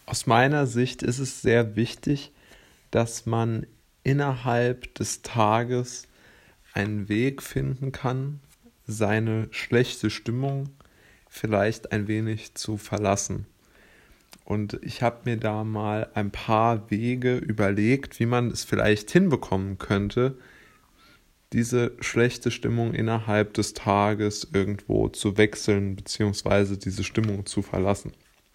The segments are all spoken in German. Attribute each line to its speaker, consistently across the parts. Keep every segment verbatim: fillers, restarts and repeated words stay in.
Speaker 1: Aus meiner Sicht ist es sehr wichtig, dass man innerhalb des Tages einen Weg finden kann, seine schlechte Stimmung vielleicht ein wenig zu verlassen. Und ich habe mir da mal ein paar Wege überlegt, wie man es vielleicht hinbekommen könnte, diese schlechte Stimmung innerhalb des Tages irgendwo zu wechseln, beziehungsweise diese Stimmung zu verlassen.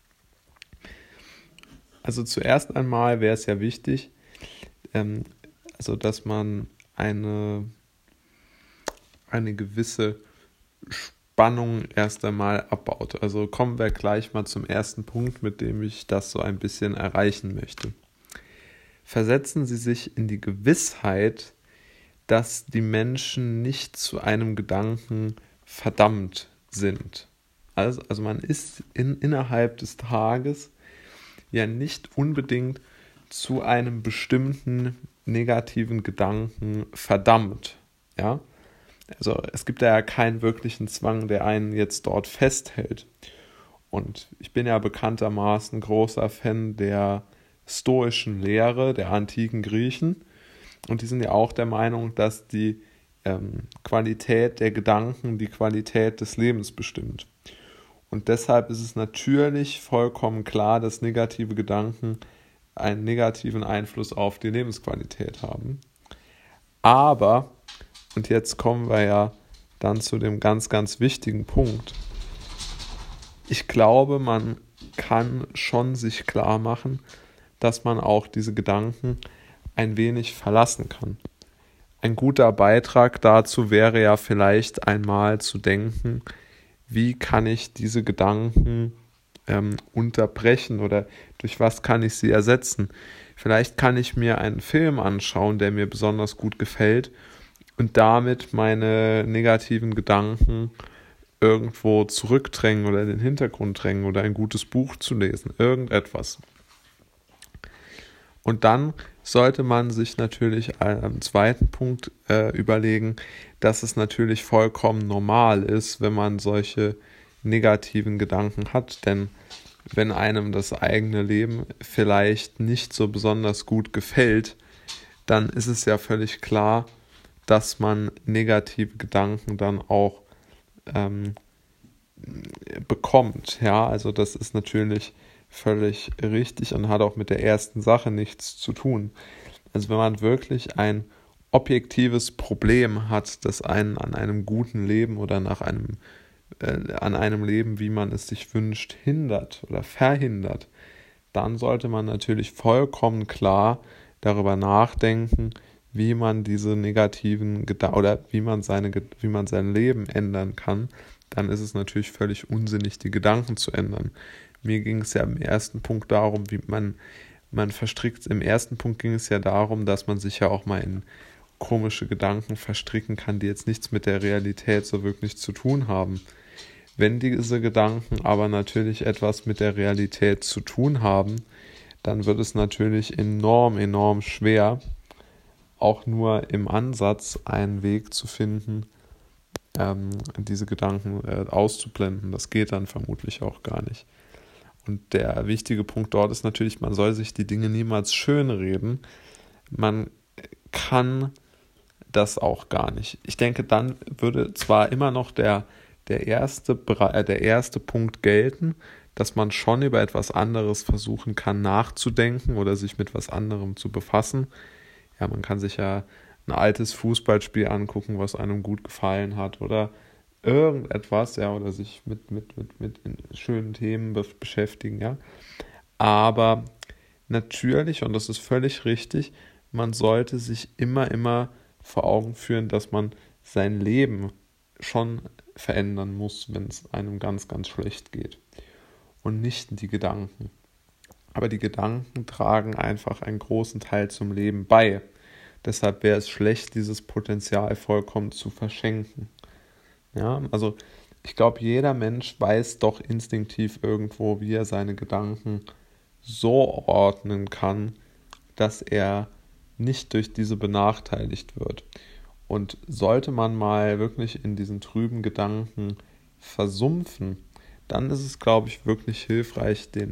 Speaker 1: Also zuerst einmal wäre es ja wichtig, ähm, also dass man eine, eine gewisse Spannung erst einmal abbaut. Also kommen wir gleich mal zum ersten Punkt, mit dem ich das so ein bisschen erreichen möchte. Versetzen Sie sich in die Gewissheit, dass die Menschen nicht zu einem Gedanken verdammt sind. Also, also man ist in, innerhalb des Tages ja nicht unbedingt zu einem bestimmten negativen Gedanken verdammt. Ja? Also es gibt ja keinen wirklichen Zwang, der einen jetzt dort festhält. Und ich bin ja bekanntermaßen großer Fan der stoischen Lehre der antiken Griechen. Und die sind ja auch der Meinung, dass die ähm, Qualität der Gedanken die Qualität des Lebens bestimmt. Und deshalb ist es natürlich vollkommen klar, dass negative Gedanken einen negativen Einfluss auf die Lebensqualität haben. Aber, und jetzt kommen wir ja dann zu dem ganz, ganz wichtigen Punkt, ich glaube, man kann schon sich klar machen, dass man auch diese Gedanken ein wenig verlassen kann. Ein guter Beitrag dazu wäre ja vielleicht einmal zu denken, wie kann ich diese Gedanken ähm, unterbrechen oder durch was kann ich sie ersetzen. Vielleicht kann ich mir einen Film anschauen, der mir besonders gut gefällt und damit meine negativen Gedanken irgendwo zurückdrängen oder in den Hintergrund drängen oder ein gutes Buch zu lesen, irgendetwas. Und dann sollte man sich natürlich am zweiten Punkt äh, überlegen, dass es natürlich vollkommen normal ist, wenn man solche negativen Gedanken hat. Denn wenn einem das eigene Leben vielleicht nicht so besonders gut gefällt, dann ist es ja völlig klar, dass man negative Gedanken dann auch ähm, bekommt. Ja, also das ist natürlich völlig richtig und hat auch mit der ersten Sache nichts zu tun. Also wenn man wirklich ein objektives Problem hat, das einen an einem guten Leben oder nach einem äh, an einem Leben, wie man es sich wünscht, hindert oder verhindert, dann sollte man natürlich vollkommen klar darüber nachdenken, wie man diese negativen Gedanken oder wie man seine wie man sein Leben ändern kann. Dann ist es natürlich völlig unsinnig, die Gedanken zu ändern. Mir ging es ja im ersten Punkt darum, wie man, man verstrickt, im ersten Punkt ging es ja darum, dass man sich ja auch mal in komische Gedanken verstricken kann, die jetzt nichts mit der Realität so wirklich zu tun haben. Wenn diese Gedanken aber natürlich etwas mit der Realität zu tun haben, dann wird es natürlich enorm, enorm schwer, auch nur im Ansatz einen Weg zu finden, ähm, diese Gedanken äh, auszublenden. Das geht dann vermutlich auch gar nicht. Und der wichtige Punkt dort ist natürlich, man soll sich die Dinge niemals schönreden. Man kann das auch gar nicht. Ich denke, dann würde zwar immer noch der, der, erste, äh, der erste Punkt gelten, dass man schon über etwas anderes versuchen kann nachzudenken oder sich mit was anderem zu befassen. Ja, man kann sich ja ein altes Fußballspiel angucken, was einem gut gefallen hat oder irgendetwas, ja, oder sich mit, mit, mit, mit schönen Themen be- beschäftigen, ja. Aber natürlich, und das ist völlig richtig, man sollte sich immer, immer vor Augen führen, dass man sein Leben schon verändern muss, wenn es einem ganz, ganz schlecht geht. Und nicht die Gedanken. Aber die Gedanken tragen einfach einen großen Teil zum Leben bei. Deshalb wäre es schlecht, dieses Potenzial vollkommen zu verschenken. Ja, also ich glaube, jeder Mensch weiß doch instinktiv irgendwo, wie er seine Gedanken so ordnen kann, dass er nicht durch diese benachteiligt wird. Und sollte man mal wirklich in diesen trüben Gedanken versumpfen, dann ist es, glaube ich, wirklich hilfreich, den,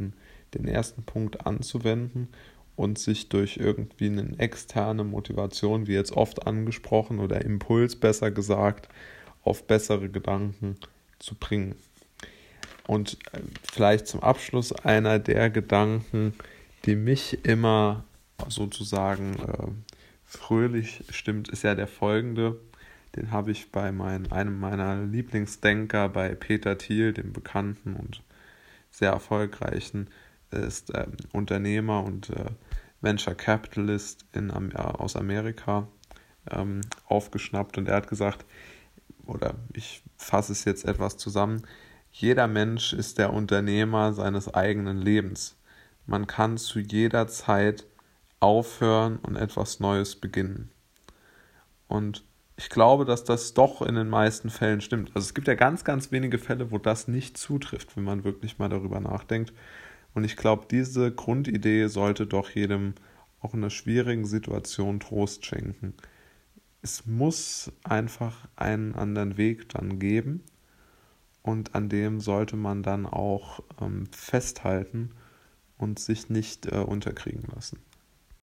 Speaker 1: den ersten Punkt anzuwenden und sich durch irgendwie eine externe Motivation, wie jetzt oft angesprochen, oder Impuls besser gesagt, auf bessere Gedanken zu bringen. Und vielleicht zum Abschluss einer der Gedanken, die mich immer sozusagen äh, fröhlich stimmt, ist ja der folgende. Den habe ich bei mein, einem meiner Lieblingsdenker, bei Peter Thiel, dem bekannten und sehr erfolgreichen ist äh, Unternehmer und äh, Venture Capitalist in, äh, aus Amerika ähm, aufgeschnappt. Und er hat gesagt, oder ich fasse es jetzt etwas zusammen, jeder Mensch ist der Unternehmer seines eigenen Lebens. Man kann zu jeder Zeit aufhören und etwas Neues beginnen. Und ich glaube, dass das doch in den meisten Fällen stimmt. Also es gibt ja ganz, ganz wenige Fälle, wo das nicht zutrifft, wenn man wirklich mal darüber nachdenkt. Und ich glaube, diese Grundidee sollte doch jedem auch in einer schwierigen Situation Trost schenken. Es muss einfach einen anderen Weg dann geben und an dem sollte man dann auch ähm, festhalten und sich nicht äh, unterkriegen lassen.